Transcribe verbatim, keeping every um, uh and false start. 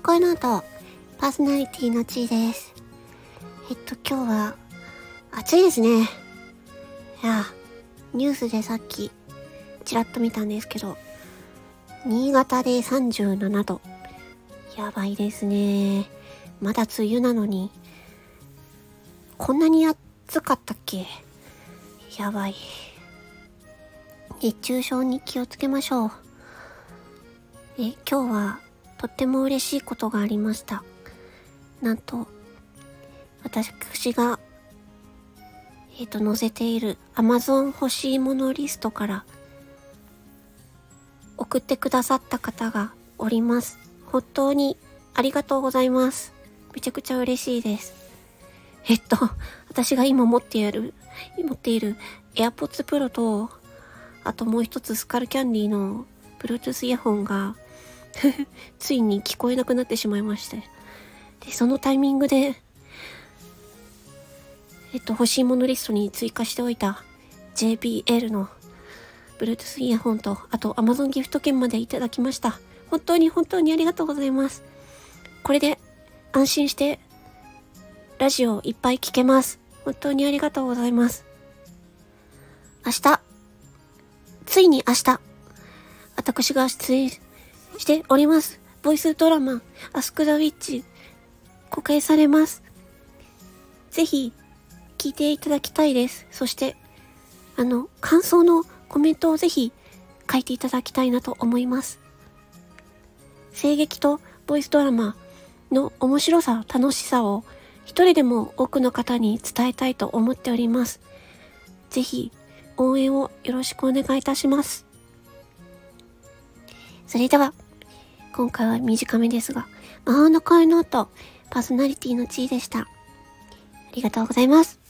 声の後、パーソナリティのちーです。えっと、今日は、暑いですね。いや、ニュースでさっき、ちらっと見たんですけど、新潟でさんじゅうななど。やばいですね。まだ梅雨なのに、こんなに暑かったっけ？やばい。熱中症に気をつけましょう。え、今日は、とっても嬉しいことがありました。なんと、私が、えっと、載せている Amazon 欲しいものリストから送ってくださった方がおります。本当にありがとうございます。めちゃくちゃ嬉しいです。えっと、私が今持っている、持っている AirPods Pro と、あともう一つスカルキャンディの Bluetooth イヤホンがついに聞こえなくなってしまいまして。で、そのタイミングで、えっと、欲しいものリストに追加しておいた ジェイビーエル の Bluetooth イヤホンと、あと Amazon ギフト券までいただきました。本当に本当にありがとうございます。これで安心してラジオいっぱい聞けます。本当にありがとうございます。明日、ついに明日、私が出演しております。ボイスドラマ、アスクザウィッチ、公開されます。ぜひ、聞いていただきたいです。そして、あの、感想のコメントをぜひ書いていただきたいなと思います。声劇とボイスドラマの面白さ、楽しさを一人でも多くの方に伝えたいと思っております。ぜひ、応援をよろしくお願いいたします。それでは、今回は短めですが、魔法の声の音、パーソナリティのちーでした。ありがとうございます。